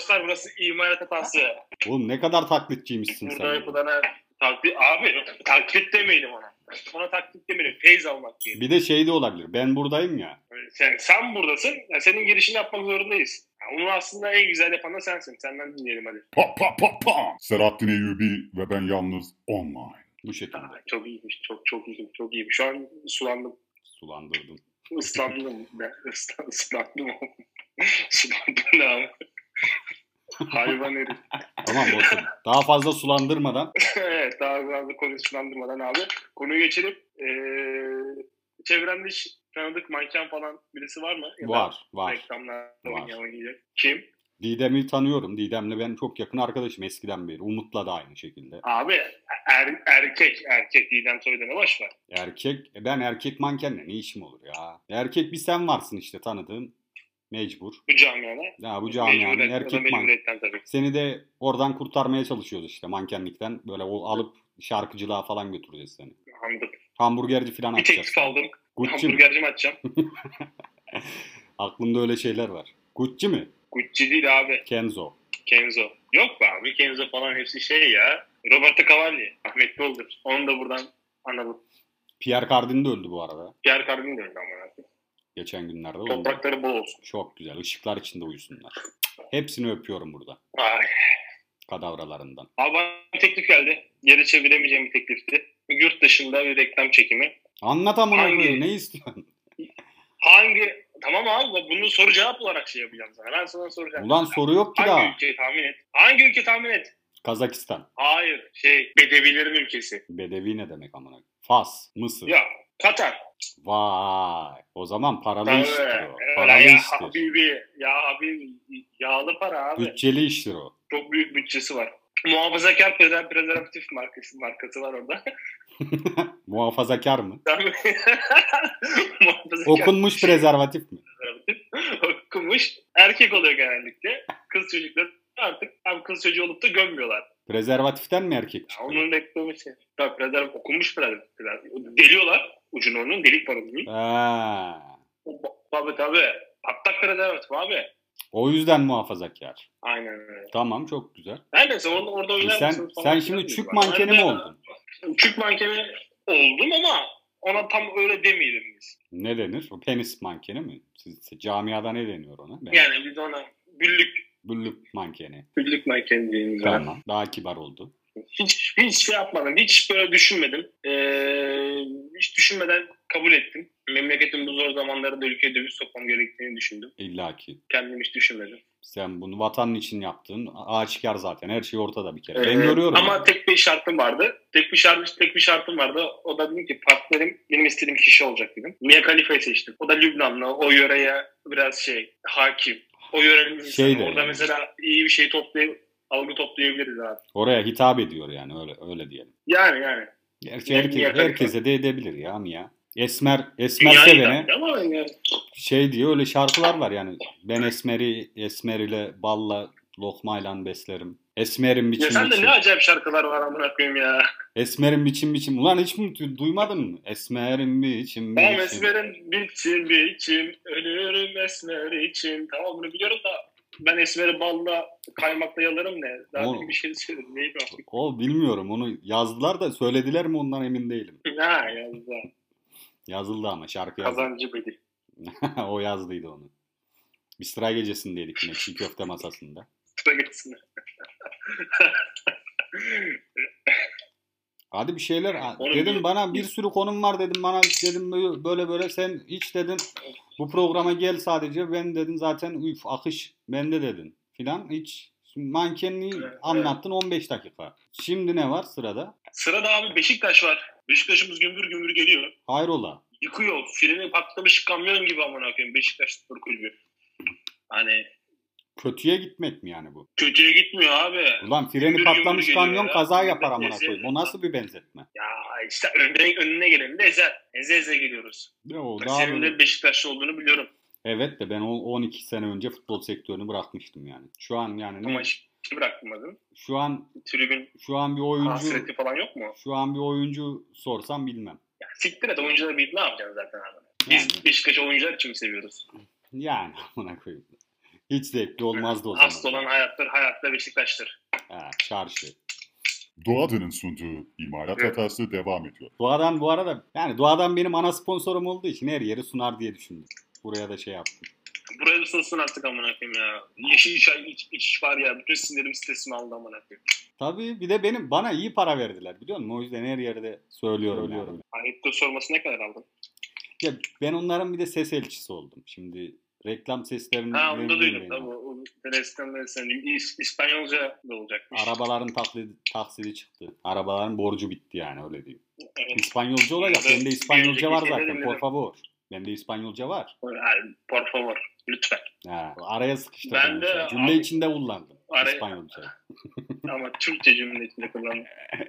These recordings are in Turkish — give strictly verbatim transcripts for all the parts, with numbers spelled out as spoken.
Dostlar burası imalat hatası. Oğlum ne kadar taklitçiymişsin Burada sen. yapılana taklit... Abi taklit demeyelim ona. Ona taklit demeyelim. Feyz almak diyelim. Bir de şey de olabilir. Ben buradayım ya. Sen, sen buradasın. Yani senin girişini yapmak zorundayız. Yani onu aslında en güzel yapan da sensin. Senden dinleyelim hadi. Pa pa pa pa. Selahattin Eyyubi ve ben yalnız online. Bu şekilde. Aa, çok iyiymiş. Çok çok iyiymiş. Çok iyiymiş. Şu an sulandım. Sulandırdım. Islandım. Ben ıslan, ıslandım. Sulandım ne abi? Hayvan herif. Tamam dostum. Daha fazla sulandırmadan. Evet, daha fazla konuyu sulandırmadan abi. Konuyu geçelim. Ee, çevremde hiç tanıdık manken falan birisi var mı? Ya Var. Var. reklamlarda Var. oynayacak. Kim? Didem'i tanıyorum. Didem'le ben çok yakın arkadaşım eskiden beri. Umut'la da aynı şekilde. Abi er, erkek. Erkek Didem Soydan'a boş ver. Erkek. Ben erkek mankenle ne işim olur ya? Erkek bir sen varsın işte tanıdığım. Mecbur. Bu camiada. Ya bu camianın Mecburiyet- erkek manken. mecburiyetten tabii. Seni de oradan kurtarmaya çalışıyoruz işte mankenlikten. Böyle o alıp şarkıcılığa falan götüreceğiz seni. Anladım. Hamburgerci falan Bir açacağız. teklif aldım. Gucci mi? Hamburgerci mi açacağım? Aklımda öyle şeyler var. Gucci mi? Gucci değil abi. Kenzo. Kenzo. Yok be abi. Kenzo falan hepsi şey ya. Roberto Cavalli. Rahmetli oldu. Onu da buradan anladım. Pierre Cardin de öldü bu arada. Pierre Cardin de öldü ama. Geçen günlerde. oldu. Toprakları bol olsun. Çok güzel. Işıklar içinde uyusunlar. Hepsini öpüyorum burada. Ay. Kadavralarından. Abi bana bir teklif geldi. Geri çeviremeyeceğim bir teklifti. Yurt dışında bir reklam çekimi. Anlat amına Hangi- koyayım. Ne istiyorsun? Hangi... Tamam abi bunu soru cevap olarak şey yapacağım sana. Ben sana soracağım. Ulan soru yok ki Hangi daha. ülkeyi tahmin et? Hangi ülke tahmin et? Kazakistan. Hayır. Şey Bedevilerin ülkesi. Bedevi ne demek amına koyayım? Fas. Mısır. Ya Katar. Vay. O zaman paralı Tabii. iştir o. Evet, Paralı ya iştir. Habibi. Ya Habibi. Yağlı para abi. Bütçeli iştir o. Çok büyük bütçesi var. Muhafazakar prezer- prezervatif markası, markası var orada. Muhafazakar mı? Tabii. Muhafazakar Okunmuş prezervatif mi? prezervatif. Okumuş. Erkek oluyor genellikle. Kız çocukları artık tam kız çocuğu olup da gömmüyorlar. Prezervatiften mi erkek Ya çıkıyor? onun reklamı şey. Tabii prezervatif, okunmuş prezervatif. Deliyorlar. Ucunu onun delik var onun. Ha. Tabii tabii. Patlak prezervatif abi. O yüzden muhafazakar. Aynen öyle. Tamam çok güzel. Neredeyse orada, orada E oynar sen mısınız falan sen filan şimdi diyor çük bana. mankeni Ben mi de- oldun? Çük mankeni oldum ama ona tam öyle demeyelim biz. Ne denir? O penis mankeni mi? Siz, siz- camiada ne deniyor ona? Ben, Yani biz ona büllük, Büllük mankeni. büllük mankeni diyelim. Tamam. Tamam. Daha kibar oldu. Hiç, hiç şey yapmadım. Hiç böyle düşünmedim. Ee, hiç düşünmeden kabul ettim. Memleketin bu zor zamanlarında ülkeye döviz sokmam gerektiğini düşündüm. İlla ki. Kendim hiç düşünmedim. Sen bunu vatanın için yaptın. Aşikar zaten. Her şey ortada bir kere. Ee, Ben görüyorum. Ama yani. tek bir şartım vardı. Tek bir şart, tek bir şartım vardı. O da dedim ki partnerim benim istediğim kişi olacak dedim. Mia Khalifa'yı seçtim. O da Lübnanlı. O yöreye biraz şey hakim. O yörenin insanı. Şey de Orada yani. mesela iyi bir şey toplayıp algı toplayabiliriz abi. Oraya hitap ediyor yani. Öyle öyle diyelim. Yani yani. Gerçi Yani herkes, Mia Khalifa. herkese de edebilir ya Mia. Esmer, Esmer Dünyayı sevene da ama yani. şey diyor öyle şarkılar var yani. Ben Esmer'i Esmer ile balla lokmayla beslerim. Esmer'in Ya biçim sen de biçim. ne acayip şarkılar var amına koyayım ya. Esmer'in biçim biçim. Ulan hiç mi du- duymadın mı? Esmer'in biçim Tamam biçim. Esmer'in biçim biçim ölürüm Esmer için. Tamam bunu biliyorum da ben Esmer'i balla kaymakla yalarım ne? Daha Oğlum. bir şey söyledim. Neydi o? O bilmiyorum onu yazdılar da söylediler mi ondan emin değilim. Ha yazdı. Yazıldı ama şarkı yazdı. Kazancı bedi. O yazdıydı onu. Bir sıra gecesindeydik yine çiğ köfte masasında. Sıra geçsin. Hadi bir şeyler Onu dedim bir- bana bir sürü konum var dedim bana dedim böyle böyle sen hiç dedin bu programa gel sadece ben dedin zaten üf akış bende dedin filan hiç mankenliği Evet, anlattın on beş dakika. Şimdi ne var sırada? Sırada abi Beşiktaş var. Beşiktaş'ımız gümbür gümbür geliyor. Hayrola? Yıkıyor. Freni patlamış kamyon gibi amına koyayım Beşiktaş Spor Kulübü. Hani Kötüye gitmek mi yani bu? kötüye gitmiyor abi. Ulan freni Gümbür patlamış gümbür kamyon geliyor ya. kaza yapar Millet amına ezer. koyayım. O nasıl bir benzetme? Ya işte önüne, önüne geleni de ezer. Eze eze geliyoruz. Ya o Bak, daha senin böyle- de Beşiktaşlı olduğunu biliyorum. Evet de ben o on iki sene önce futbol sektörünü bırakmıştım yani. Şu an yani Ama ne? hiç bırakmadın. Şu an Tribün şu an bir oyuncu hasreti falan yok mu? şu an bir oyuncu sorsam bilmem. Ya, siktir et oyuncuları bir ne yapacaksın zaten abi? Biz Yani. Beşiktaş oyuncular için mi seviyoruz? Yani amına koyayım. Hiç zevkli olmazdı o zaman. Hasta olan hayattır, hayatta Beşiktaş'tır. Ha, çarşı. Doğadan'ın sunduğu imalat Evet. hatası devam ediyor. Doğadan bu arada yani Doğadan benim ana sponsorum olduğu için her yeri sunar diye düşündüm. Buraya da şey yaptım. Buraya da sunsun artık amına koyayım ya. Yeşil çay iç, iç var ya. Bütün sinirim stresimi aldı amına koyayım. Tabii bir de benim bana iyi para verdiler biliyor musun? O yüzden her yerde söylüyorum. söylüyorum. Ayıptır sorması ne kadar aldın? Ya ben onların bir de ses elçisi oldum. Şimdi reklam seslerini Ha onu da vereyim duydum ben. tabii. O resmen resmen. İs- İspanyolca da olacakmış. Arabaların taklidi, taksidi çıktı. Arabaların borcu bitti yani öyle diyeyim. Evet. İspanyolca olacak. Evet, Bende İspanyolca bir var önceki zaten. şeyleri Por dinledim. favor. Bende İspanyolca var. Yani, por favor. Lütfen. Ha, araya sıkıştırdım. Ben de mesela. Cümle abi- içinde kullandım. Araya- İspanyolca. Ama Türkçe cümle içinde kullandım.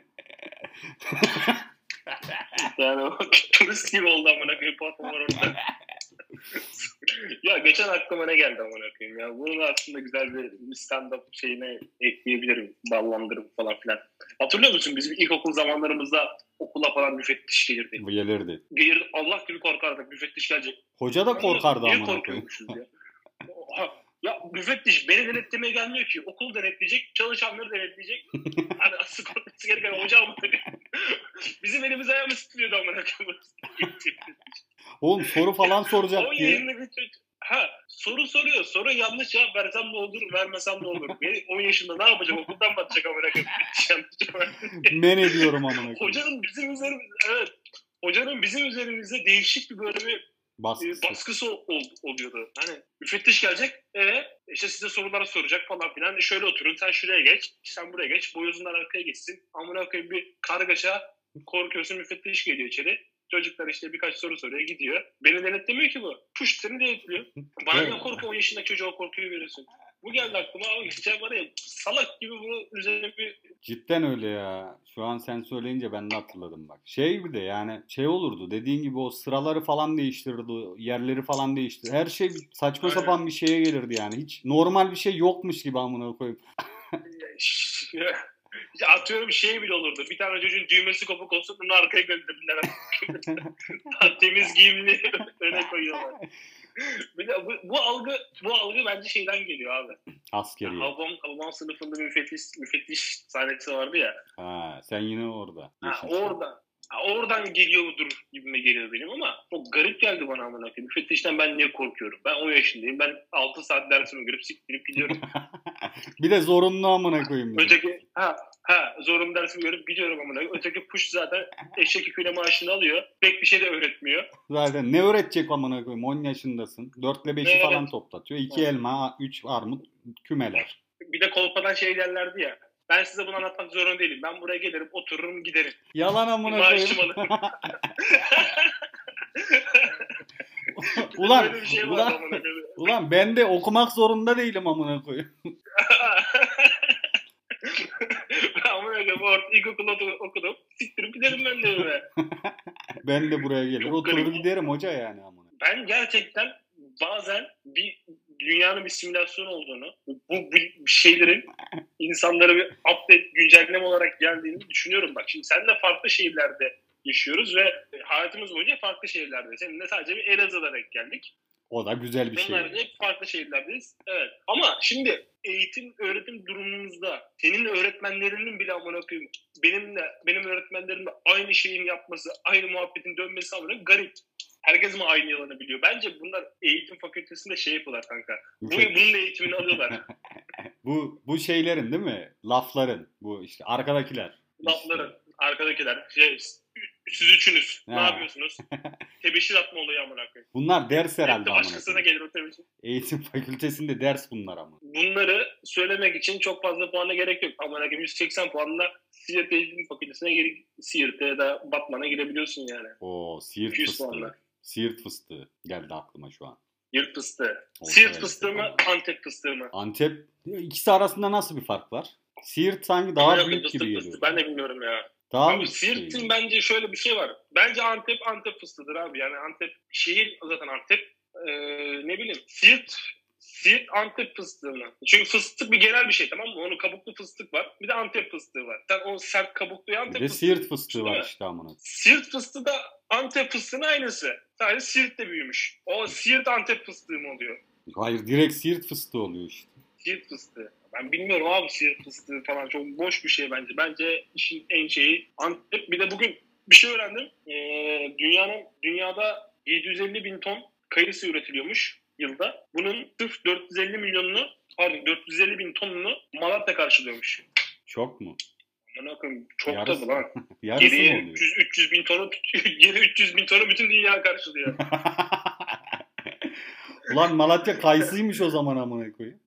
Yani o turist gibi oldu amına koyayım. Por favor orada. Ya geçen aklıma ne geldi amına koyayım ya. Bunu aslında güzel bir stand-up şeyine ekleyebilirim. Ballandırım falan filan. Hatırlıyor musun? Bizim ilkokul zamanlarımızda okula falan müfettiş gelirdi. Bu gelirdi. Gelir Allah gibi korkardık. Müfettiş gelecek. Hoca da korkardı Niye amına koyayım. korkuyormuşuz ya? Oha. Ya müfettiş beni denetlemeye gelmiyor ki. Okul denetleyecek, çalışanları denetleyecek. Hani asıl korkması gereken hoca amına koyayım. Bizim elimiz ayağımız tutuyordu amına koyayım. Oğlum soru falan soracak on diye. yaşında bir çocuk. Ha soru soruyor. Soru yanlış cevap versem ne olur, vermesem ne olur? Beni on yaşında ne yapacak? Okuldan mı atacak amına koyayım? Men ediyorum amına koyayım. Hocanın bizim üzerimize, evet. Hocanın bizim üzerimize değişik bir böyle bir Baskısı. e, baskısı ol, oluyordu. Hani müfettiş gelecek, e, işte size sorular soracak falan filan. Şöyle oturun, sen şuraya geç, sen buraya geç, boyozundan arkaya geçsin. Amına koyayım bir kargaşa, korkuyorsun müfettiş geliyor içeri. Çocuklar işte birkaç soru soruyor, gidiyor. Beni denetlemiyor ki bu. Puş seni denetliyor. Bana Evet. ne korku, on yaşındaki çocuğa korkuyu veriyorsun. Bu geldi aklıma. Abi geçen var ya salak gibi bunu üzerine bir... Cidden öyle ya. Şu an sen söyleyince ben de hatırladım bak. Şey bir de yani şey olurdu. Dediğin gibi o sıraları falan değiştirirdi. Yerleri falan değiştirirdi. Her şey saçma Aynen. sapan bir şeye gelirdi yani. Hiç normal bir şey yokmuş gibi amına koyayım. Ya atıyorum şey bile olurdu. Bir tane çocuğun düğmesi kopuk olsun bunu arkaya gönderirler. Temiz giyimli öne koyuyorlar. Bir de bu, bu algı bu algı bence şeyden geliyor abi. Askeri. Hababam, Hababam sınıfında bir müfettiş, müfettiş sahnesi vardı ya. Ha, sen yine orada. Ha, Yeşilçay. orada. Ha, oradan geliyordur gibime geliyor benim ama çok garip geldi bana amına koyayım. Müfettişten ben niye korkuyorum? Ben on yaşındayım. Ben altı saat dersimi görüp siktirip gidiyorum. Bir de zorunlu amına koyayım. bizi. Öteki ha ha zorunlu dersimi görüp gidiyorum amına koyayım. Öteki push zaten eşek yüküyle maaşını alıyor. Pek bir şey de öğretmiyor. Zaten ne öğretecek amına koyayım? on yaşındasın. dört ile beşi Evet. falan toplatıyor. iki Evet. elma, üç armut, kümeler. Bir de kolpadan şey derlerdi ya. Ben size bunu anlatmak zorunda değilim. Ben buraya gelirim, otururum, giderim. Yalan amına Maaşımı koyayım. alırım. Ulan, Böyle bir şey var ulan, amına koyayım. ulan ben de okumak zorunda değilim amına koyayım. Ben amına koyayım orta ilkokul okudum. Siktirip giderim ben de evime. Ben de buraya gelir. Çok Oturur garip. giderim hoca yani amına. Ben gerçekten bazen bir dünyanın bir simülasyon olduğunu, bu, bu şeylerin insanlara bir update, güncelleme olarak geldiğini düşünüyorum. Bak şimdi seninle farklı şehirlerde yaşıyoruz ve hayatımız boyunca farklı şehirlerde. Seninle sadece bir Elazığ'da denk geldik. O da güzel bir şey. Bunlar hep farklı şehirlerdeyiz. Evet. Ama şimdi eğitim, öğretim durumumuzda senin öğretmenlerinin bile amına koyayım benimle, benim öğretmenlerimle aynı şeyin yapması, aynı muhabbetin dönmesi amına garip. Herkes mi aynı yalanı biliyor? Bence bunlar eğitim fakültesinde şey yapıyorlar kanka. Bu, Şey- bunun eğitimini alıyorlar. Bu bu şeylerin değil mi? Lafların. Bu işte arkadakiler. Lafların, İşte. arkadakiler. Şey, siz üçünüz. Ne Ha. yapıyorsunuz? Tebeşir atma olayı amına koyayım. Bunlar ders Hep herhalde de amına başkasına koyayım. gelir o tebeşir. Eğitim fakültesinde ders bunlar ama. Bunları söylemek için çok fazla puana gerek yok. Ama yüz seksen puanla Siirt Eğitim Fakültesine geri Siirt'e ya da Batman'a girebiliyorsun yani. O Siirt iki yüz fıstığı. puanla. Siirt fıstığı geldi aklıma şu an. Siirt fıstığı. Orta Siirt yerde fıstığı mı, falan. Antep fıstığı mı? Antep ikisi arasında nasıl bir fark var? Siirt sanki daha Amına koyayım, büyük fıstık gibi fıstığı. geliyor. Ben de bilmiyorum ya. Daha Abi mı Siirt'in şey? bence şöyle bir şey var. Bence Antep Antep fıstığıdır abi. Yani Antep şehir zaten Antep. Ee, ne bileyim Siirt Siirt Antep fıstığı mı? Çünkü fıstık bir genel bir şey tamam mı? Onun kabuklu fıstık var. Bir de Antep fıstığı var. Sen o sert kabuklu Antep Bir de fıstığı. Siirt fıstığı Değil var mi? işte amına. Siirt fıstığı da Antep fıstığının aynısı. Sadece Siirt'te büyümüş. O Siirt Antep fıstığı mı oluyor? Hayır, direkt Siirt fıstığı oluyor işte. Siirt fıstığı. Ben bilmiyorum abi, Siirt fıstığı falan çok boş bir şey bence. Bence işin en şeyi Antep. Bir de bugün bir şey öğrendim. Ee, dünyanın dünyada yedi yüz elli bin ton kayısı üretiliyormuş yılda. Bunun sırf dört yüz elli milyonunu, pardon dört yüz elli bin tonunu Malatya karşılıyormuş. Çok mu? Aman akım çok Yarısı. tabii lan. Yarısı Geriye mı oluyor? üç yüz, üç yüz bin tonu, geri üç yüz bin tonu bütün dünya karşılıyor. Ulan Malatya kayısıymış o zaman amına koyayım.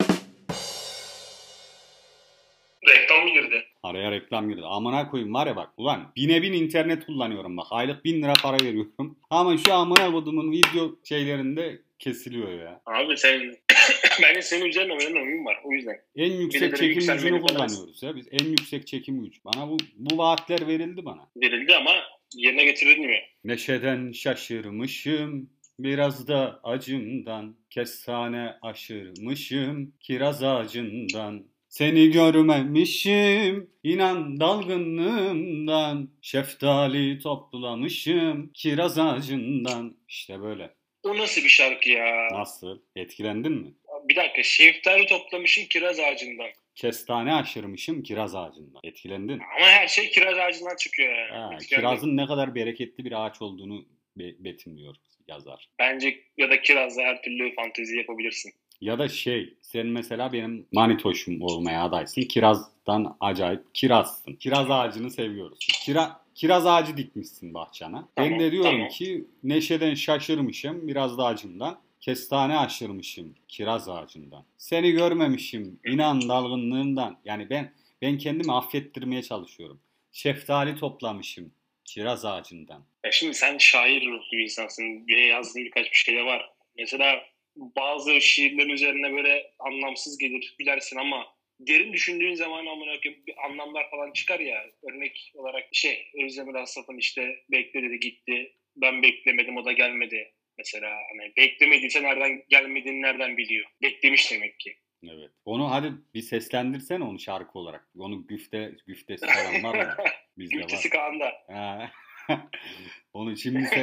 Reklam girdi. Araya reklam girdi. Amına koyayım var ya bak. Ulan bine bin internet kullanıyorum bak. Aylık bin lira para veriyorum. Ama şu amına kodumun video şeylerinde kesiliyor ya. Abi sen bence senin üzerine önemli oyun var o yüzden. En yüksek Birileri çekim yükselmeni gücünü falan kullanıyoruz ya. Biz en yüksek çekim gücü. Bana bu bu vaatler verildi bana. Verildi ama yerine getirilmiyor. Neşeden şaşırmışım. Biraz da acımdan. Kestane aşırmışım. Kiraz ağacından. Seni görmemişim. İnan dalgınlığımdan. Şeftali toplamışım. Kiraz ağacından. İşte böyle. O nasıl bir şarkı ya? Nasıl? Etkilendin mi? Bir dakika, şeftali toplamışın kiraz ağacından. Kestane aşırmışım kiraz ağacından. Etkilendin. Ama her şey kiraz ağacından çıkıyor yani. Ha, Etkilendim. kirazın ne kadar bereketli bir ağaç olduğunu be- betimliyor yazar. Bence ya da kirazla her türlü fantezi yapabilirsin. Ya da şey, sen mesela benim manitoşum olmaya adaysın. Kirazdan acayip kirazsın. Kiraz ağacını seviyoruz. Kira, kiraz ağacı dikmişsin bahçana. Tamam, Ben de diyorum tamam. ki neşeden şaşırmışım biraz da acımdan. Kestane aşırmışım kiraz ağacından. Seni görmemişim inan dalgınlığından. Yani ben ben kendimi affettirmeye çalışıyorum. Şeftali toplamışım kiraz ağacından. Ya şimdi sen şair ruhlu bir insansın. Bir yazdığın birkaç bir şey de var. Mesela bazı şiirlerin üzerine böyle anlamsız gelir bilersin ama derin düşündüğün zaman amına koyayım bir anlamlar falan çıkar ya. Örnek olarak şey, Özdemir Asaf'ın işte bekle dedi gitti. Ben beklemedim o da gelmedi. Mesela hani beklemediyse nereden gelmediğini nereden biliyor? Beklemiş demek ki. Evet. Onu hadi bir seslendirsene onu şarkı olarak. Onu güfte güftesi falan var mı? Bizde var. Güftesi Kaan'da. Ha. Onu şimdi sen,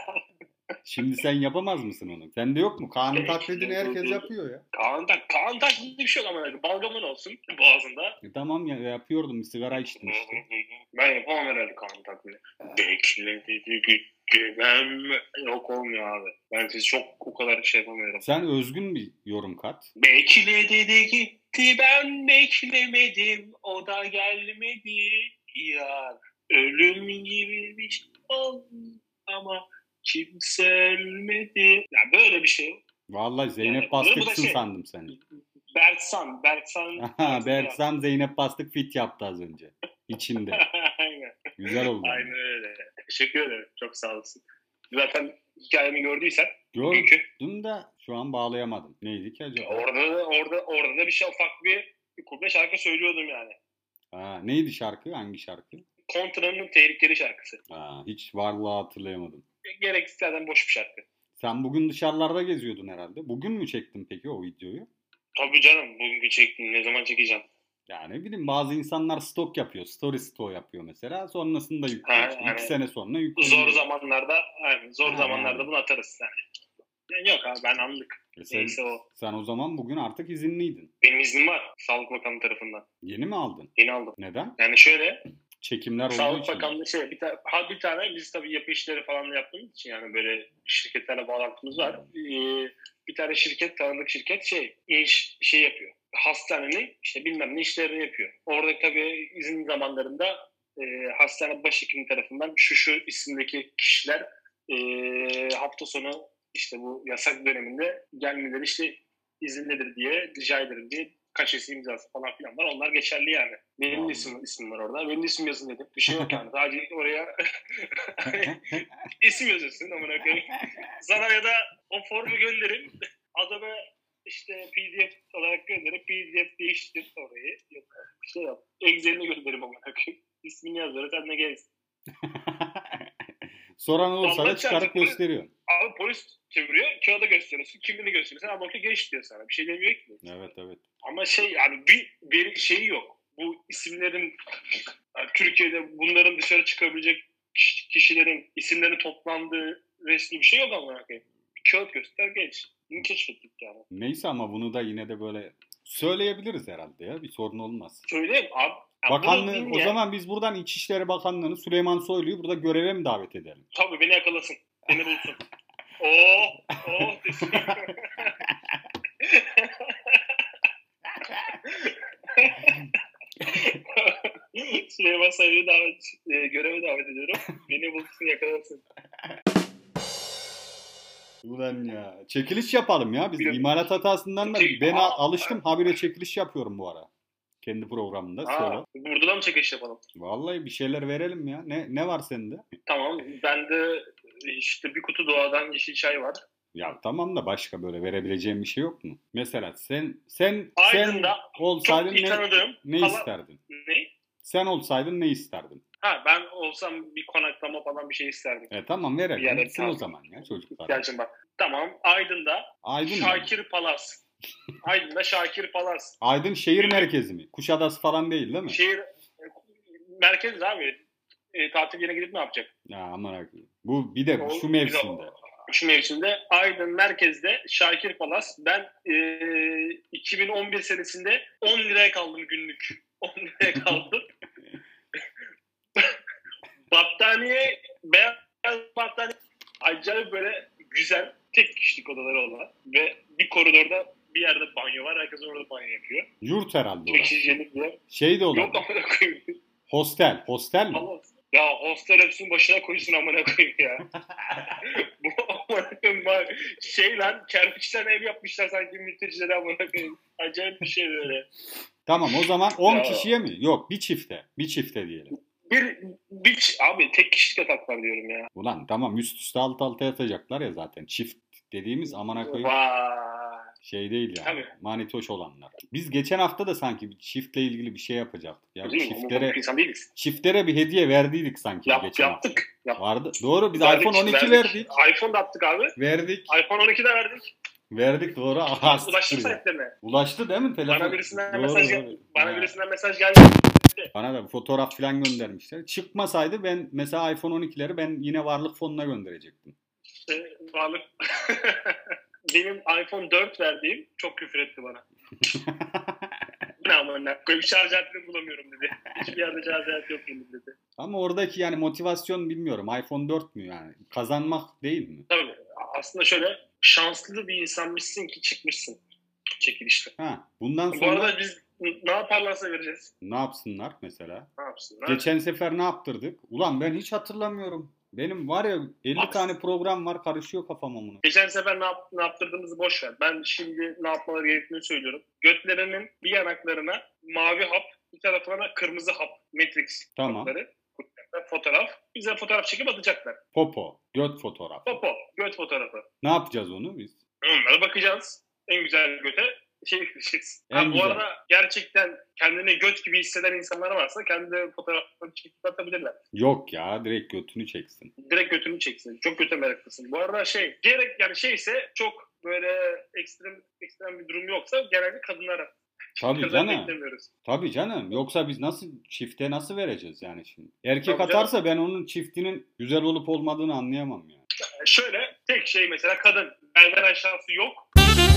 şimdi sen yapamaz mısın onu? Sende yok mu? Kaan'ın taklidini herkes yapıyor ya. Kaan tak, Kaan taklidi bir şey yok ama balgamın olsun boğazında. E tamam ya yapıyordum. Bir sigara içtim işte. Ben yapamam herhalde Kaan taklidi. Bekle dedi gitti ben yok olmuyor abi. Ben siz çok o kadar şey yapamıyorum. Sen özgün bir yorum kat. Bekle dedi gitti ben beklemedim o da gelmedi ya. Ölüm gibi bir şey oldu ama kimse ölmedi. Ya böyle bir şey. Vallahi Zeynep Yani bu da Bastık'sın şey- sandım seni. Berksan, Berksan. Aha, Berksan Zeynep Bastık fit yaptı az önce. İçinde. Aynen. Güzel oldu. Aynen öyle. Teşekkür ederim. Çok sağ olasın. Zaten hikayemi gördüysen çünkü Gördüm de şu an bağlayamadım. Neydi ki acaba? orada orada orada da bir şey ufak bir, bir kuple şarkı söylüyordum yani. Ha, neydi şarkı? Hangi şarkı? Kontra'nın tehlikeli şarkısı. Ha, hiç vallahi hatırlayamadım. Gereksiz zaten boş bir şarkı. Sen bugün dışarılarda geziyordun herhalde. Bugün mü çektin peki o videoyu? Tabii canım bugünkü çektiğim ne zaman çekeceğim? Yani ne bileyim bazı insanlar stok yapıyor. Story stock yapıyor mesela. Sonrasında yüklüyor. Ha, İşte yani İki sene sonra yüklüyor. Zor zamanlarda yani zor Ha, zamanlarda yani. bunu atarız yani. Yani yok abi ben anlık. E sen, Neyse o. sen o zaman bugün artık izinliydin. Benim iznim var Sağlık Bakanı tarafından. Yeni mi aldın? Yeni aldım. Neden? Yani şöyle Çekimler olduğu Sağlık için. Bakanlığı şey bir, ta- ha, bir tane biz tabii yapı işleri falan da yaptığımız için yani böyle şirketlerle bağlantımız var. Ee, bir tane şirket tanıdık şirket şey iş şey yapıyor. Hastanenin işte bilmem ne işlerini yapıyor. Orada tabii izin zamanlarında e, hastane başhekimi tarafından şu şu isimdeki kişiler e, hafta sonu işte bu yasak döneminde gelmeleri işte izinlidir diye rica ederim diye kaşesi imzası falan filan var. Onlar geçerli yani. Benim Vallahi. de isim, isim var orada. Benim de isim yazın dedim. Bir şey yok yani. Sadece oraya isim yazıyorsun amına koyayım. Sana ya da o formu gönderin. Adama işte P D F olarak gönderip P D F değiştir orayı. Yok bir şey yap. Excel'ini gönderim amına koyayım. İsmini yaz oraya sen de gelsin. Soran olursa da Vallahi çıkarıp çarpık. gösteriyor. Abi polis çeviriyor. Kağıda gösteriyorsun. Kimliğini gösteriyorsun. Ama bakıyor geç diyor sana. Bir şey demiyor ki. Evet evet. Ama şey yani bir, bir şeyi yok. Bu isimlerin yani Türkiye'de bunların dışarı çıkabilecek kişilerin isimleri toplandığı resmi bir şey yok ama. Bir kağıt göster geç. Bunu keşfettik yani. Neyse ama bunu da yine de böyle söyleyebiliriz herhalde ya. Bir sorun olmaz. Söyleyeyim abi. Ya Bakanlığı, bunu o dinleyen- zaman biz buradan İçişleri Bakanlığı'nı Süleyman Soylu'yu burada göreve mi davet edelim? Tabii beni yakalasın. Beni bulsun. Oo, oo desin. Süleyman Soylu'yu davet, e, göreve davet ediyorum. Beni bulsun, yakalasın. Ulan ya. Çekiliş yapalım ya. Biz Bir- imalat hatasından da Çek- ben Aa, alıştım. Habire çekiliş yapıyorum bu ara. Kendi programımda. Aa, Solo. burada da mı çekiş yapalım? Vallahi bir şeyler verelim ya. Ne ne var sende? Tamam. Bende işte bir kutu doğadan yeşil çay var. Ya tamam da başka böyle verebileceğim bir şey yok mu? Mesela sen sen Aydın'da sen olsaydın çok iyi ne, tanıdığım. ne hala- isterdin? Ne? Sen olsaydın ne isterdin? Ha ben olsam bir konaklama falan bir şey isterdim. E tamam verelim. Yani Gitsin o tamam. zaman ya çocuklar. Gerçi bak. Tamam. Aydın'da Aydın mı? Şakir Palas. Aydın'da Şakir Palas. Aydın şehir merkezi mi? Kuşadası falan değil değil mi? Şehir merkez abi. E, tatil yerine gidip ne yapacak? Ya aman akıllı. Bu bir de O- şu bir de mevsimde. o- Şu mevsimde Aydın merkezde Şakir Palas. Ben e, iki bin on bir senesinde on liraya kaldım günlük. on liraya kaldım. Battaniye, beyaz battaniye acayip böyle güzel tek kişilik odaları olan ve bir koridorda bir yerde banyo var. Herkes orada banyo yapıyor. Yurt herhalde Çok orası. hijyenik bir yer. Şey de Yok olabilir. amına koyayım. Hostel. Hostel mi? Allah. Ya hostel hepsinin başına koysun amına koyayım ya. Bu amına koyayım bak şey lan kerpiçten ev yapmışlar sanki mültecilere amına koyayım. Acayip bir şey böyle. Tamam o zaman on Ya. kişiye mi? Yok bir çifte. Bir çifte diyelim. Bir, bir abi tek kişilik yatak var diyorum ya. Ulan tamam üst üste alt alta yatacaklar ya zaten. Çift dediğimiz amana koyayım Vay. şey değil yani. Tabii. Manitoş olanlar. Biz geçen hafta da sanki bir çiftle ilgili bir şey yapacaktık. Ya Değil mi? çiftlere Umurumda insan değiliz. çiftlere bir hediye verdiydik sanki Yap, geçen hafta. yaptık. Yap. Vardı. Doğru biz Verdik, iPhone on iki verdik. iPhone da attık abi. Verdik. iPhone on iki de verdik. Verdik doğru. Aha, Ulaştı siktir ya. sahiplerine. Ulaştı değil mi telefon? Bana birisinden Doğru, mesaj doğru. geldi. Bana Ha. birisinden mesaj geldi. Bana da bir fotoğraf falan göndermişler. Çıkmasaydı ben mesela iPhone on ikileri ben yine varlık fonuna gönderecektim. İşte varlık. Benim iPhone dört verdiğim çok küfür etti bana. Ne amına koyayım şarj aletini bulamıyorum dedi. Hiçbir yerde şarj aleti yok benim dedi. Ama oradaki yani motivasyon bilmiyorum. iPhone dört mü yani? Kazanmak değil mi? Tabii aslında şöyle şanslı bir insanmışsın ki çıkmışsın çekilişte. Ha, bundan Bu sonra arada biz ne yaparlarsa vereceğiz. ne yapsınlar mesela? Ne yapsınlar? Geçen sefer ne yaptırdık? Ulan ben hiç hatırlamıyorum. Benim var ya elli Abi- tane program var karışıyor kafama bunu. Geçen sefer ne, yap, ne yaptırdığımızı boş ver. Ben şimdi ne yapmaları gerektiğini söylüyorum. Götlerinin bir yanaklarına mavi hap, bir taraflarına kırmızı hap, Matrix Tamam. hapları, fotoğraf. Bize fotoğraf çekip atacaklar. Popo, göt fotoğraf. Popo, göt fotoğrafı. Ne yapacağız onu biz? Onlara bakacağız. En güzel göte şey ekleyeceğiz. En Ha, bu güzel. arada gerçekten kendini göt gibi hisseden insanlar varsa kendi fotoğraflarını çekip atabilirler. Yok ya direkt götünü çeksin. Direkt götünü çeksin. Çok göte meraklısın. Bu arada şey, gerek yani şeyse çok böyle ekstrem ekstrem bir durum yoksa genelde kadınlara. Tabii Kadınları canım. beklemiyoruz. Tabii canım. Yoksa biz nasıl çifte nasıl vereceğiz yani şimdi? Erkek Tabii atarsa ben onun çiftinin güzel olup olmadığını anlayamam ya. Şöyle tek şey mesela kadın belden aşağısı yok.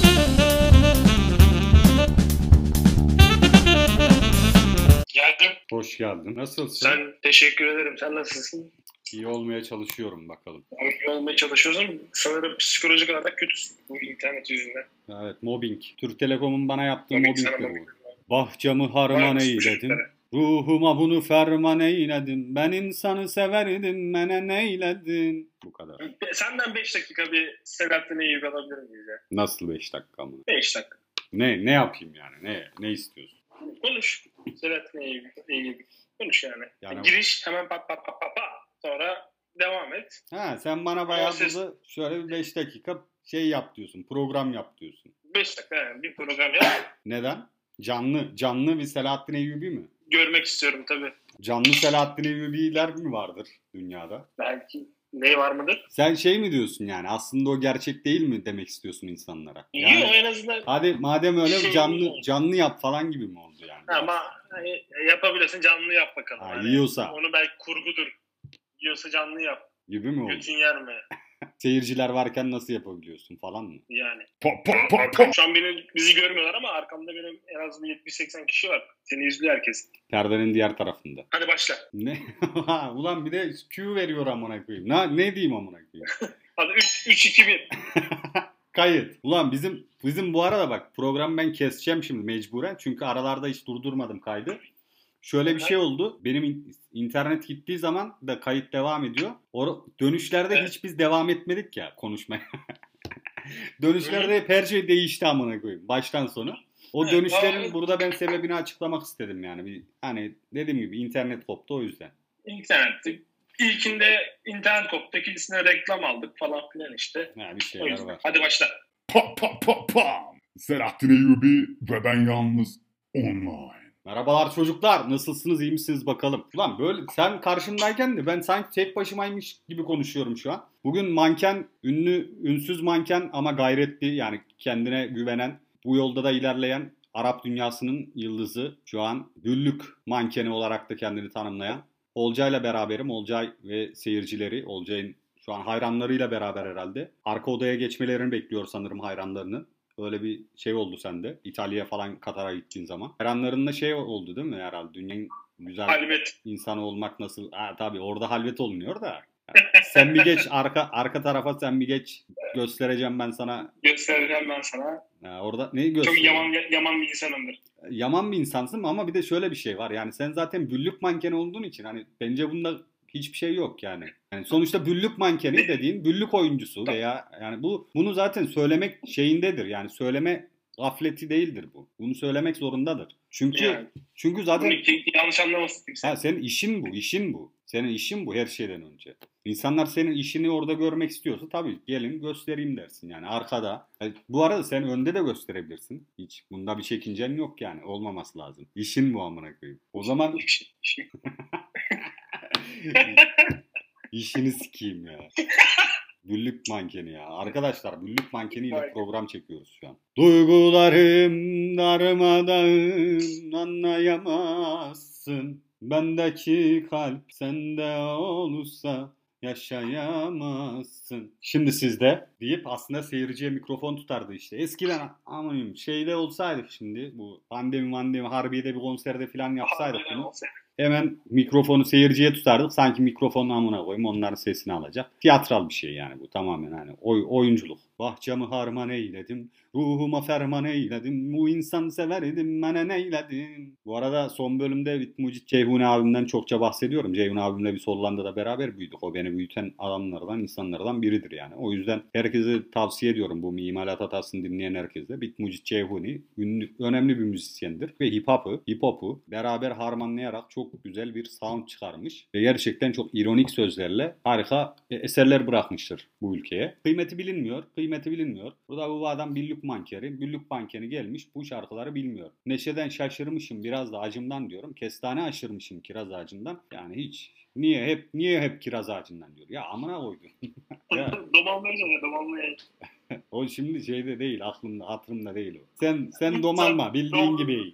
Geldim. Hoş geldin. Nasılsın? Sen teşekkür ederim. Sen nasılsın? İyi olmaya çalışıyorum bakalım. İyi olmaya çalışıyorsun. Sanırım psikolojik olarak kötüsün bu internet yüzünden. Evet mobbing. Türk Telekom'un bana yaptığı Mobbing sana mobbingdir mobbing. bu. Bahçamı harman Var mısın bu eyledin. çocuklara? Ruhuma bunu ferman eyledin. Ben insanı severdim. Mene neyledin. Bu kadar. Senden beş dakika bir Selahattin Eyyubi alabilir miyiz ya? Nasıl beş dakika mı? beş dakika. Ne ne yapayım yani? Ne ne istiyorsun? Konuş. Selahattin Eyyubi. Eyyubi. Konuş yani. Yani- Giriş hemen pat pat pat pat pat. Sonra devam et. Ha sen bana bayağı Ama siz- burada şöyle bir beş dakika şey yap diyorsun. Program yap diyorsun. beş dakika yani bir program yap. Neden? Canlı canlı bir Selahattin Eyyubi mi? Görmek istiyorum tabii. Canlı Selahattin Eyyubi'ler mi vardır dünyada? Belki ne var mıdır? Sen şey mi diyorsun yani aslında o gerçek değil mi demek istiyorsun insanlara? Yani, Yani en azından hadi madem öyle Şey- canlı canlı yap falan gibi mi oldu yani? ama hani, yapabilirsin canlı yap bakalım. Ha, Hani yiyorsa. Onu belki kurgudur. Yiyorsa canlı yap. Gibi mi oldu? Götün yer mi? Seyirciler varken nasıl yapabiliyorsun falan mı? Yani. Pa pa pa pa. Şu an beni, bizi görmüyorlar ama arkamda benim en az yetmiş seksen kişi var. Seni izliyor herkes. Perdenin diğer tarafında. Hadi başla. Ne? Ulan bir de Q veriyor amına koyayım. Ne, ne diyeyim amına koyayım? Hadi üç iki bir. Kayıt. Ulan bizim bizim bu arada bak programı ben keseceğim şimdi mecburen. Çünkü aralarda hiç durdurmadım kaydı. Şöyle bir şey oldu. Benim in- internet gittiği zaman da kayıt devam ediyor. O dönüşlerde Evet. hiç biz devam etmedik ya konuşmaya. Dönüşlerde hep her şey değişti amına koyayım. Baştan sona. O Evet, dönüşlerin abi. burada ben sebebini açıklamak istedim yani. Bir, hani dediğim gibi internet koptu o yüzden. İnternet. İlkinde internet koptu. İkincisine reklam aldık falan filan işte. Ha, bir O şeyler yüzden. var. Hadi başla. Pa pa pa pa. Selahattin Eyyubi ve ben yalnız online. Merhabalar çocuklar. Nasılsınız? İyi misiniz bakalım. Ulan böyle sen karşımdayken de ben sanki tek başımaymış gibi konuşuyorum şu an. Bugün manken, ünlü, ünsüz manken ama gayretli yani kendine güvenen, bu yolda da ilerleyen Arap dünyasının yıldızı şu an güllük mankeni olarak da kendini tanımlayan Olcay'la beraberim. Olcay ve seyircileri, Olcay'ın şu an hayranlarıyla beraber herhalde. Arka odaya geçmelerini bekliyor sanırım hayranlarının. Öyle bir şey oldu sende. İtalya'ya falan Katar'a gittiğin zaman. Hayranlarında şey oldu değil mi herhalde? Dünyanın güzel Halvet. insanı olmak nasıl? Ha, tabii orada halvet olmuyor da. Yani sen bir geç arka arka tarafa sen bir geç göstereceğim ben sana. Göstereceğim ben sana. Ha, orada neyi Çok göstereyim? yaman yaman bir insanımdır. Yaman bir insansın ama bir de şöyle bir şey var. Yani sen zaten büllük mankeni olduğun için hani bence bunda hiçbir şey yok yani. Yani sonuçta büllük mankeni dediğin büllük oyuncusu veya yani bu bunu zaten söylemek şeyindedir. Yani söyleme gafleti değildir bu. Bunu söylemek zorundadır. Çünkü Yani. çünkü zaten Bunu ki- yanlış anlamasın kimse. ha, senin işin bu, işin bu. Senin işin bu her şeyden önce. İnsanlar senin işini orada görmek istiyorsa tabii gelin göstereyim dersin yani arkada. Yani bu arada sen önde de gösterebilirsin. Hiç bunda bir çekincen yok yani olmaması lazım. İşin bu amına koyayım. O zaman işini sikeyim ya. Büllük mankeni ya. Arkadaşlar büllük mankeniyle program çekiyoruz şu an. Duygularım darmadağın anlayamazsın. Bendeki kalp sende olursa yaşayamazsın. Şimdi sizde deyip aslında seyirciye mikrofon tutardı işte. Eskiden amanım şeyde olsaydık şimdi bu pandemi mandemi harbiyede bir konserde falan yapsaydık bunu. Hemen mikrofonu seyirciye tutardık. Sanki mikrofonun amına koyayım onların sesini alacak. Tiyatral bir şey yani bu tamamen hani oy, oyunculuk. Bahçamı harman eyledim. Ruhuma ferman eyledim. Bu insan severdim bana neyledin. Bu arada son bölümde Mucit Ceyhuni abimden çokça bahsediyorum. Ceyhuni abimle bir Hollanda'da beraber büyüdük. O beni büyüten adamlardan, insanlardan biridir yani. O yüzden herkese tavsiye ediyorum bu imalat hatasını dinleyen herkese. Mucit Ceyhuni ünlü, önemli bir müzisyendir. Ve hip hop'u, hip hop'u beraber harmanlayarak çok güzel bir sound çıkarmış. Ve gerçekten çok ironik sözlerle harika eserler bırakmıştır bu ülkeye. Kıymeti bilinmiyor, kıymeti bilinmiyor. Burada bu adam büllük mankeri, büllük mankeni gelmiş bu şarkıları bilmiyor. Neşeden şaşırmışım biraz da acımdan diyorum. Kestane aşırmışım kiraz ağacından. Yani hiç. Niye hep niye hep kiraz ağacından diyor. Ya amına koydum. Domalmayacağım ya domalmayacağım. O şimdi şeyde değil, aklımda, hatırımda değil o. Sen sen domalma, bildiğin gibi değil.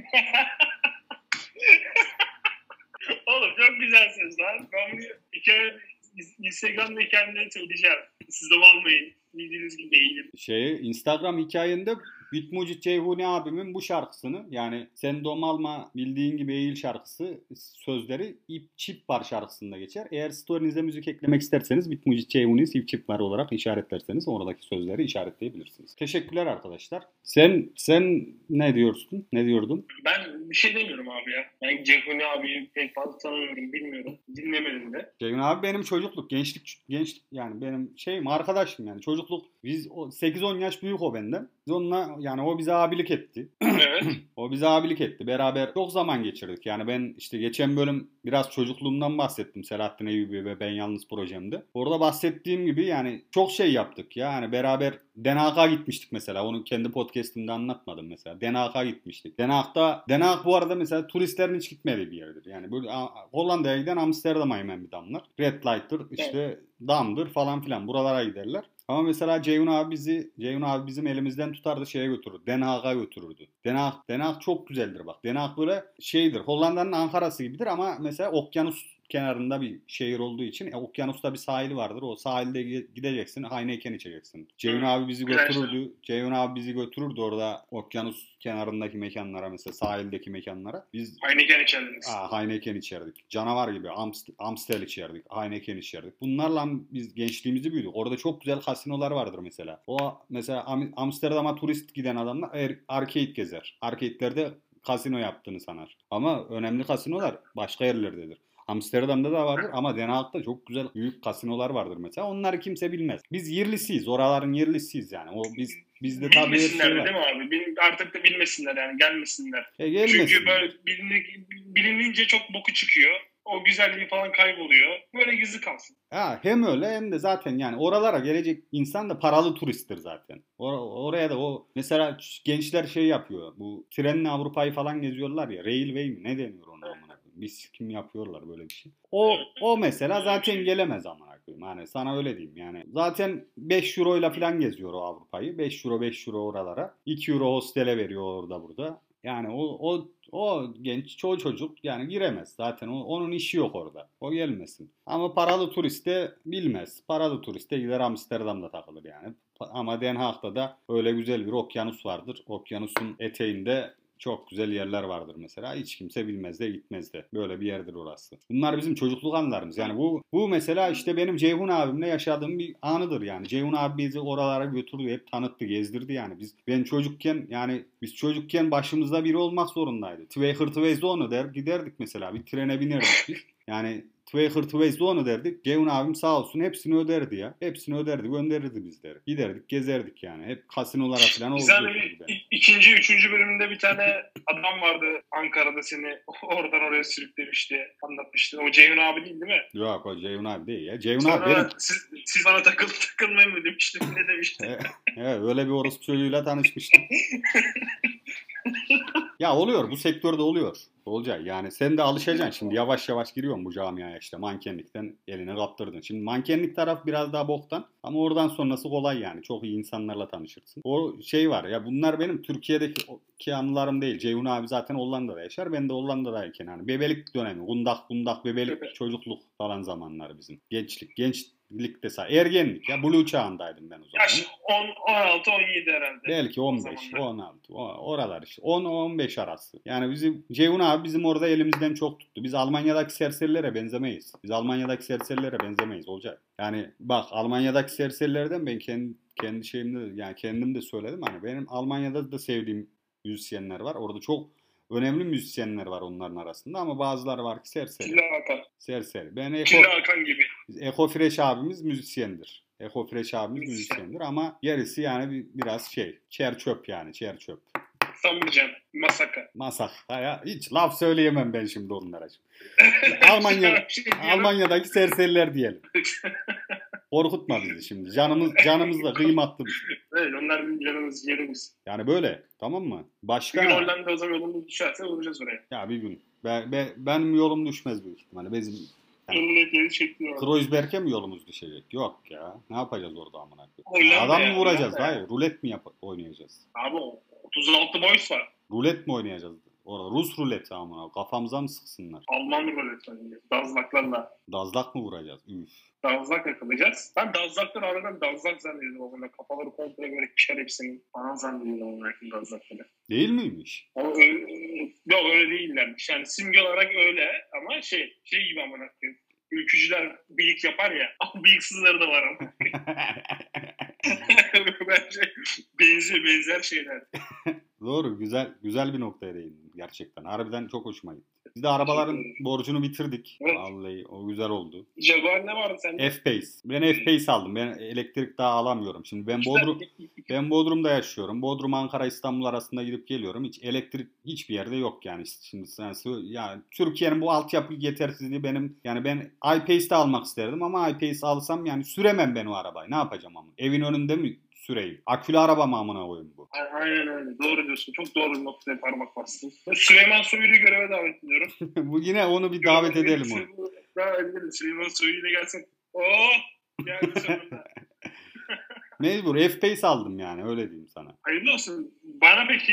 Oğlum çok güzelsiniz lan. Ben bunu hikaye, Instagram'da hikayemde söyleyeceğim. Siz domalmayın. Bildiğiniz gibi değilim. Şey, Instagram hikayende Bitmucit Ceyhuni abimin bu şarkısını yani Sen Domalma Bildiğin Gibi Eğil şarkısı sözleri İp Çip Var şarkısında geçer. Eğer story'nize müzik eklemek isterseniz Bitmucit Ceyhuni İp Çip Var olarak işaretlerseniz oradaki sözleri işaretleyebilirsiniz. Teşekkürler arkadaşlar. Sen sen ne diyorsun? Ne diyordun? Ben bir şey demiyorum abi ya. Ben Ceyhuni abiyi pek fazla tanımıyorum, bilmiyorum. Dinlemedim de. Ceyhun abi benim çocukluk, gençlik gençlik yani benim şeyim arkadaşım yani çocukluk biz sekiz on yaş büyük o benden. Biz onunla yani o bize abilik etti. Evet. O bize abilik etti. Beraber çok zaman geçirdik. Yani ben işte geçen bölüm biraz çocukluğumdan bahsettim. Selahattin Eyyubi ve Ben Yalnız projemde. Orada bahsettiğim gibi yani çok şey yaptık ya. Yani beraber Den Haag'a gitmiştik mesela. Onu kendi podcast'imde anlatmadım mesela. Den Haag'a gitmiştik. Den Haag'da Den Haag bu arada mesela turistlerin hiç gitmediği bir yerdir. Yani böyle Hollanda'ya giden Amsterdam'a hemen bir damlar. Red Light'tır işte Dam'dır falan filan. Buralara giderler. Ama mesela Ceyhun abi bizi Ceyhun abi bizim elimizden tutardı şeye götürürdü. Den Haag'a götürürdü. Den Haag, Den Haag çok güzeldir bak. Den Haag böyle şeydir. Hollanda'nın Ankara'sı gibidir ama mesela okyanus kenarında bir şehir olduğu için e, okyanusta bir sahil vardır. O sahilde gideceksin, Heineken içeceksin. Ceyhun abi bizi götürürdü. Ceyhun abi bizi götürürdü orada okyanus kenarındaki mekanlara, mesela sahildeki mekanlara. Biz Heineken içerdiniz. Aa, Heineken içerdik. Canavar gibi Amst- Amstel içerdik. Heineken içerdik. Bunlarla biz gençliğimizi büyüdük. Orada çok güzel kasinolar vardır mesela. O mesela Am- Amsterdam'a turist giden adamlar er- arcade gezer. Arcade'lerde kasino yaptığını sanar. Ama önemli kasinolar başka yerlerdedir. Amsterdam'da da vardır ama Den Haag'da çok güzel büyük kasinolar vardır mesela. Onları kimse bilmez. Biz yerlisiyiz. Oraların yerlisiyiz yani. O biz bizde tabii her Bilmesinler şey de var. değil mi abi? Bil- Artık da bilmesinler yani gelmesinler. E, gelmesin. Çünkü böyle bilini- bilinince çok boku çıkıyor. O güzelliği falan kayboluyor. Böyle gizli kalsın. Ha, hem öyle hem de zaten yani oralara gelecek insan da paralı turisttir zaten. Or- oraya da o mesela gençler şey yapıyor. Bu trenle Avrupa'yı falan geziyorlar ya. Railway mi? Ne deniyor ona amına koyayım? Biz kim yapıyorlar böyle bir şey. O o mesela zaten gelemez amına koyayım. Hani sana öyle diyeyim yani. Zaten beş euroyla falan geziyor o Avrupa'yı. beş euro beş euro oralara. iki euro hostele veriyor orada burada. Yani o o o genç çoğu çocuk yani giremez. Zaten o, onun işi yok orada. O gelmesin. Ama paralı turist de bilmez. Paralı turist de gider Amsterdam'da takılır yani. Ama Den Haag'da da öyle güzel bir okyanus vardır. Okyanusun eteğinde çok güzel yerler vardır mesela. Hiç kimse bilmez de gitmez de. Böyle bir yerdir orası. Bunlar bizim çocukluk anılarımız. Yani bu bu mesela işte benim Ceyhun abimle yaşadığım bir anıdır yani. Ceyhun abi bizi oralara götürdü, hep tanıttı, gezdirdi yani. Biz ben çocukken yani biz çocukken başımızda biri olmak zorundaydı. Tveher Tvezde onu der giderdik mesela. Bir trene binerdik biz. Yani Tveher Tvezde onu derdik. Ceyhun abim sağ olsun hepsini öderdi ya. Hepsini öderdi, gönderirdi bizleri. Giderdik, gezerdik yani. Hep kasinolara falan Güzel oldu. bir ikinci, üçüncü bölümünde bir tane adam vardı Ankara'da seni oradan oraya sürüklemişti, anlatmıştı. O Ceyhun abi değil değil mi? Yok o Ceyhun abi değil ya. Ceyhun Sonra abi benim... siz, siz bana takıl takılmayın mı demiştim, ne demişti? Evet, öyle bir orospu çocuğuyla tanışmıştım. Ya oluyor, bu sektörde oluyor. Olacak yani sen de alışacaksın şimdi yavaş yavaş giriyorsun bu camiaya işte mankenlikten eline kaptırdın. Şimdi mankenlik taraf biraz daha boktan ama oradan sonrası kolay yani çok iyi insanlarla tanışırsın. O şey var ya bunlar benim Türkiye'deki anılarım değil. Ceyhun abi zaten Hollanda'da yaşar ben de Hollanda'dayken hani bebelik dönemi kundak kundak bebelik çocukluk falan zamanlar bizim gençlik genç Ligde say. Ergenlik ya. Blue çağındaydım ben o zaman. Yaş on, on altı on yedi herhalde. Belki on beş, on altı. Oralar işte. on on beş arası. Yani bizim Ceyhun abi bizim orada elimizden çok tuttu. Biz Almanya'daki serserilere benzemeyiz. Biz Almanya'daki serserilere benzemeyiz olacak. Yani bak Almanya'daki serserilerden ben kendi kendi şeyimde yani kendim de söyledim hani benim Almanya'da da sevdiğim müzisyenler var. Orada çok önemli müzisyenler var onların arasında ama bazıları var ki serseri. Killa Hakan. Serseri. Ben Eko, Killa Hakan gibi. Eko Fresh abimiz müzisyendir. Eko Fresh abimiz müzisyendir ama gerisi yani bir, biraz şey. Çer çöp yani çer çöp. Sanmayacağım. Masaka. Masak. Ya, hiç laf söyleyemem ben şimdi onlara. Almanya, şey Almanya'daki serseriler diyelim. Korkutma bizi şimdi. Canımız canımız da kıymetli bir şey. Evet onlar bizim canımız yerimiz. Yani böyle tamam mı? Başka? Bir gün Hollanda o zaman yolumuz düşerse vuracağız oraya. Ya bir gün. Ben, ben, benim yolum düşmez büyük ihtimalle. Bizim yani, Kreuzberg'e mi yolumuz düşecek? Yok ya. Ne yapacağız orada amına koyayım? Adam ya, mı vuracağız? Hollanda Hayır. Rulet mi yap oynayacağız? Abi otuz altı boys var. Rulet mi oynayacağız? Orada Rus ruleti amına. Kafamıza mı sıksınlar? Alman ruleti oynayacağız. Dazlaklarla. Dazlak mı vuracağız? Üf. Dazlak yakalayacağız. Ben dazlakları aradan dazlak zannediyordum. O zaman kafaları komple böyle kişer hepsinin. Falan zannediyordum onların dazlakları. Değil miymiş? O, öyle, yok öyle değillermiş. Yani simge olarak öyle ama şey şey gibi amına koyayım. Ülkücüler bıyık yapar ya. Ama bıyıksızları da var ama. Bence benzer, benzer şeyler. Doğru. Güzel güzel bir noktaya değindin gerçekten. Harbiden çok hoşuma gitti. Biz de arabaların borcunu bitirdik. Evet. Vallahi o güzel oldu. Jaguar ne vardı sende? F-Pace. Ben F-Pace aldım. Ben elektrik daha alamıyorum. Şimdi ben Bodrum ben Bodrum'da yaşıyorum. Bodrum, Ankara, İstanbul arasında gidip geliyorum. Hiç elektrik hiçbir yerde yok yani. Şimdi sen yani Türkiye'nin bu altyapı yetersizliği benim yani ben I-Pace'de almak isterdim ama I-Pace alsam yani süremem ben o arabayı. Ne yapacağım ama? Evin önünde mi süreyim? Akülü araba mı amına koyayım bu? Aynen öyle. Doğru diyorsun. Çok doğru bir noktaya parmak bastın. Süleyman Soylu'yu göreve davet ediyorum. Bu yine onu bir davet Göreve edelim onu. Davet edelim. Süleyman Soylu'yla gelsin. Oo! Geldi sonunda. Mecbur F-Pace aldım yani öyle diyeyim sana. Hayırlı olsun. Bana peki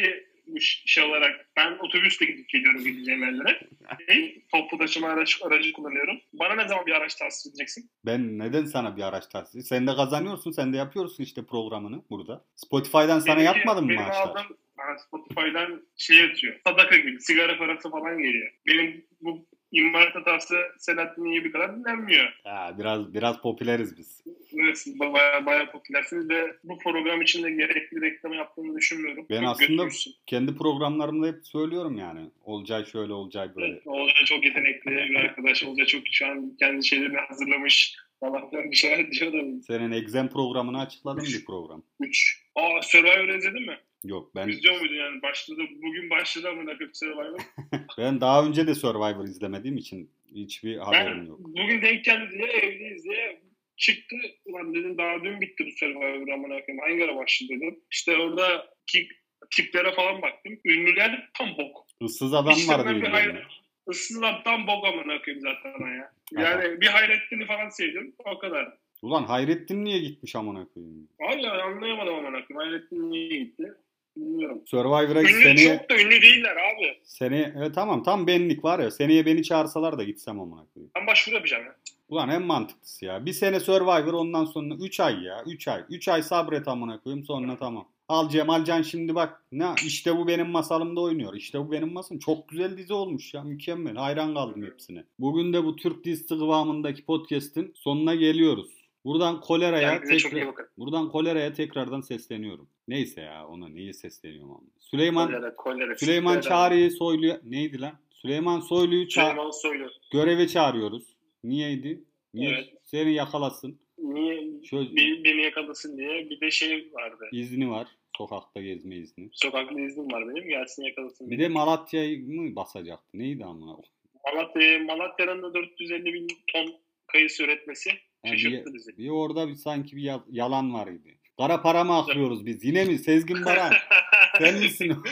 bu şey olarak ben otobüsle gidip geliyorum gideceğim yerlere. E, toplu taşıma araç, aracı kullanıyorum. Bana ne zaman bir araç tavsiye edeceksin? Ben neden sana bir araç tavsiye? Sen de kazanıyorsun, sen de yapıyorsun işte programını burada. Spotify'dan sana Benimki- yatmadı mı benim maaşlar? aldığım bana Spotify'dan şey yatıyor. Sadaka gibi sigara parası falan geliyor. Benim bu İmar hatası Selahattin İyi kadar dinlenmiyor. Ya biraz biraz popüleriz biz. Nasıl bayağı, bayağı popülersiniz ve bu program için de gerekli reklam yaptığını düşünmüyorum. Ben Çok aslında götürmüşsün. kendi programlarımda hep söylüyorum yani. Olcay şöyle, Olcay böyle. Evet, Olcay çok yetenekli bir arkadaş. Olcay çok şu an kendi şeylerini hazırlamış. Falan filan bir şeyler diyor da. Senin egzem programını açıkladım bir program. üç. Aa Survivor izledin mi? Yok ben İzliyor muydun yani? Başladı. Bugün başladı ama ne Survivor. ben daha önce de Survivor izlemediğim için hiçbir haberim Ben yok. bugün denk geldi diye evdeyiz diye çıktı. Ulan dedim daha dün bitti bu Survivor amına koyayım. Hangi ara başladı dedim. İşte orada ki, tiplere falan baktım. Ünlüler tam bok. Issız adam İşte var ben bir diyor. hayır, ıssızlar tam bok amına koyayım zaten ya. Yani bir Hayrettin'i falan sevdim. O kadar. Ulan Hayrettin niye gitmiş amına koyayım? Hala anlayamadım amına koyayım. Hayrettin niye gitti? Bilmiyorum. Survivor'a Ünlü seneye çok da ünlü değiller abi. seneye evet, tamam tam benlik var ya. Seneye beni çağırsalar da gitsem amına koyayım. Ben başvuru yapacağım ya. Ulan en mantıklısı ya. Bir sene Survivor ondan sonra üç ay ya. üç ay. üç ay sabret amına koyayım sonra tamam. Al Cemal Can şimdi bak. Ne işte bu benim masalımda oynuyor. İşte bu benim masalım. Çok güzel dizi olmuş ya. Mükemmel. Hayran kaldım hepsine. Bugün de bu Türk dizisi kıvamındaki podcast'in sonuna geliyoruz. Buradan koleraya Kendinize çok iyi tekrar, bakın. buradan koleraya tekrardan sesleniyorum. Neyse ya ona neyi sesleniyorum ama. Süleyman Kolere, kolere, Süleyman kolere. Çağrı'yı Soylu'ya neydi lan? Süleyman Soylu'yu ça- Süleyman Soylu. göreve çağırıyoruz. Niyeydi? Niye Evet. seni yakalasın? Niye Şöyle bir, beni yakalasın diye bir de şey vardı. izni var. Sokakta gezme izni. Sokakta iznim var benim. Gelsin yakalasın Bir diye. de Malatya'yı mı basacaktı? Neydi amına? Malatya, Malatya'nın da dört yüz elli bin ton kayısı üretmesi Yani şaşırttı bir, bizi. bir orada bir sanki bir ya- yalan var idi. Kara para mı aklıyoruz biz? Yine mi? Sezgin Baran. Sen misin o?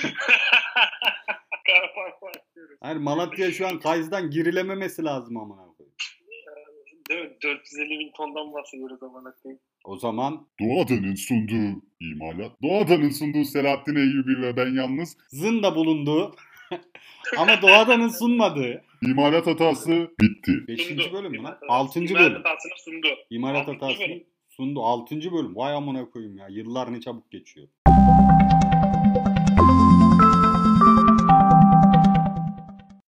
Kara parmak diyoruz. Hayır Malatya şu an kayızdan girilememesi lazım amına koyayım. Değil mi? dört yüz elli bin tondan bahsediyoruz amına koyayım. O zaman Doğadan'ın sunduğu imalat. Doğadan'ın sunduğu Selahattin Eyyubi ve ben yalnız. zın da bulunduğu ama Doğadan'ın sunmadığı İmalat hatası bitti. beşinci Sundu. bölüm mü lan? İmalat altıncı İmalat bölüm. hatasını sundu. İmalat Altıncı hatasını bölüm. sundu. altıncı bölüm. Vay amına koyayım ya. Yıllar ne çabuk geçiyor.